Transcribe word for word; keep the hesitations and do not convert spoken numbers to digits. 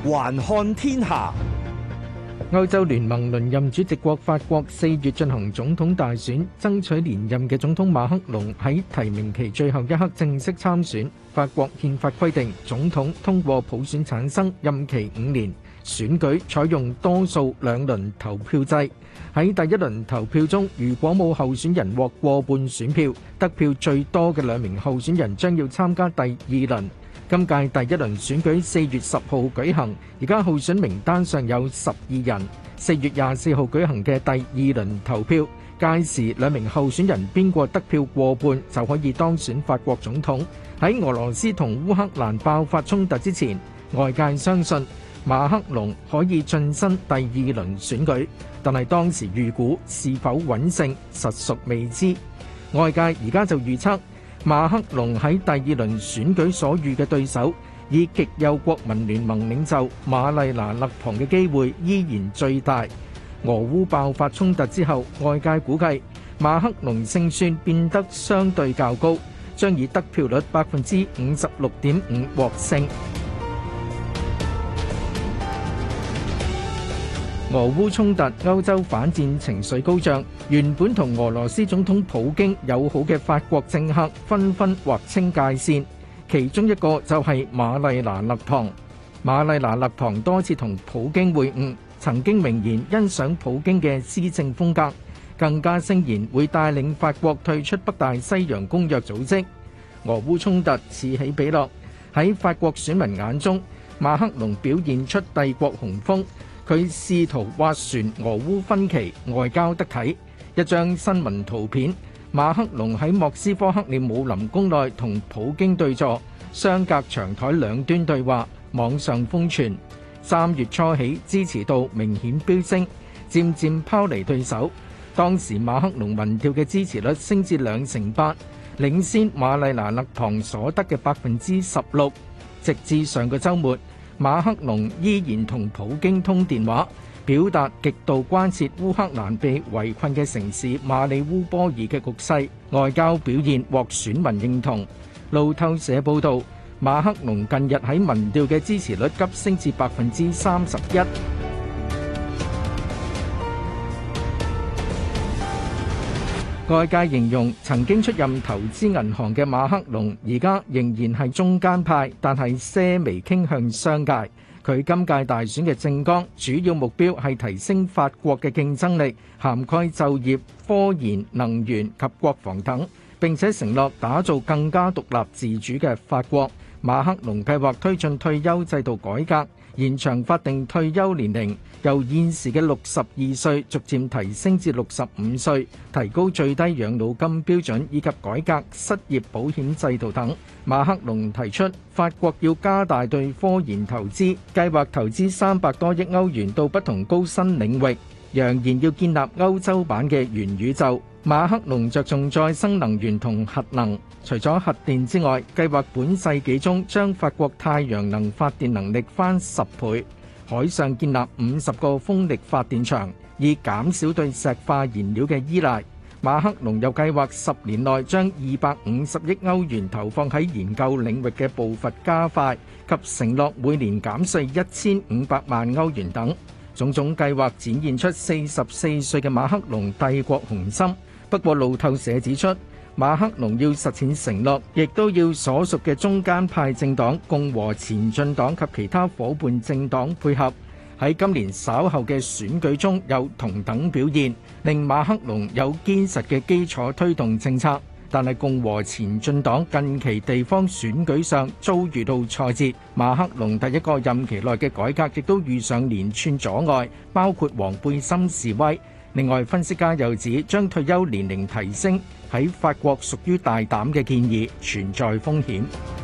環看天下。 歐洲聯盟輪任主席國法國四月進行總統大選，爭取連任嘅總統馬克龍喺提名期最後一刻正式參選。法國憲法規定，總統通過普選產生，任期五年。選舉採用多數兩輪投票制。喺第一輪投票中，如果冇候選人獲過半選票，得票最多嘅兩名候選人將要參加第二輪。今屆第一輪選舉四月十號舉行，而家候選名單上有十二人。四月廿四號舉行嘅第二輪投票，屆時兩名候選人邊個得票過半就可以當選法國總統。喺俄羅斯同烏克蘭爆發衝突之前，外界相信馬克龍可以晉身第二輪選舉，但係當時預估是否穩勝實屬未知。外界而家就預測馬克龍喺第二輪選舉所遇嘅對手，以極右國民聯盟領袖瑪麗娜勒龐嘅機會依然最大。俄烏爆發衝突之後，外界估計馬克龍勝算變得相對較高，將以得票率百分之五十六點五獲勝。俄烏衝突，歐洲反戰情緒高漲，原本同俄羅斯總統普京友好嘅法國政客紛紛劃清界線，其中一個就係瑪麗娜勒龐。瑪麗娜勒龐多次同普京會晤，曾經明言欣賞普京嘅施政風格，更加聲言會帶領法國退出北大西洋公約組織。俄烏衝突此起彼落，喺法國選民眼中，馬克龍表現出帝國雄風。佢試圖斡旋俄烏分歧，外交得體。一張新聞圖片，馬克龍喺莫斯科克里姆林宮內同普京對坐，相隔長台兩端對話，網上瘋傳。三月初起支持度明顯飆升，漸漸拋離對手。當時馬克龍民調嘅支持率升至兩成八，領先瑪麗娜勒龐所得嘅百分之十六。直至上個週末，馬克龍依然同普京通電話，表達極度關切烏克蘭被圍困嘅城市馬里烏波爾嘅局勢，外交表現獲選民認同。路透社報導，馬克龍近日喺民調嘅支持率急升至百分之三十一。外界形容曾經出任投資銀行嘅馬克龍，而家仍然係中間派，但係些微傾向商界。佢今屆大選嘅政綱主要目標係提升法國嘅競爭力，涵蓋就業、科研、能源及國防等，並且承諾打造更加獨立自主嘅法國。馬克龍計劃推進退休制度改革，延長法定退休年齡，由現時嘅六十二歲逐漸提升至六十五歲，提高最低養老金標準，以及改革失業保險制度等。馬克龍提出法國要加大對科研投資，計劃投資三百多億歐元到不同高新領域，揚言要建立歐洲版嘅元宇宙。馬克龍着重再生能源同核能，除咗核電之外，計劃本世紀中將法國太陽能發電能力翻十倍，海上建立五十個風力發電場，以減少對石化燃料嘅依賴。馬克龍又計劃十年內將二百五十億歐元投放喺研究領域嘅步伐加快，及承諾每年減稅一千五百萬歐元等。種種計劃展現出四十四歲嘅馬克龍帝國雄心。不過路透社指出，馬克龍要實踐承諾，亦都要所屬嘅中間派政黨共和前進黨及其他夥伴政黨配合，喺今年稍後嘅選舉中有同等表現，令馬克龍有堅實嘅基礎推動政策。但係共和前進黨近期地方選舉上遭遇到挫折，馬克龍第一個任期內嘅改革亦都遇上連串阻礙，包括黃背心示威。另外，分析家又指將退休年齡提升喺法國屬於大膽嘅建議，存在風險。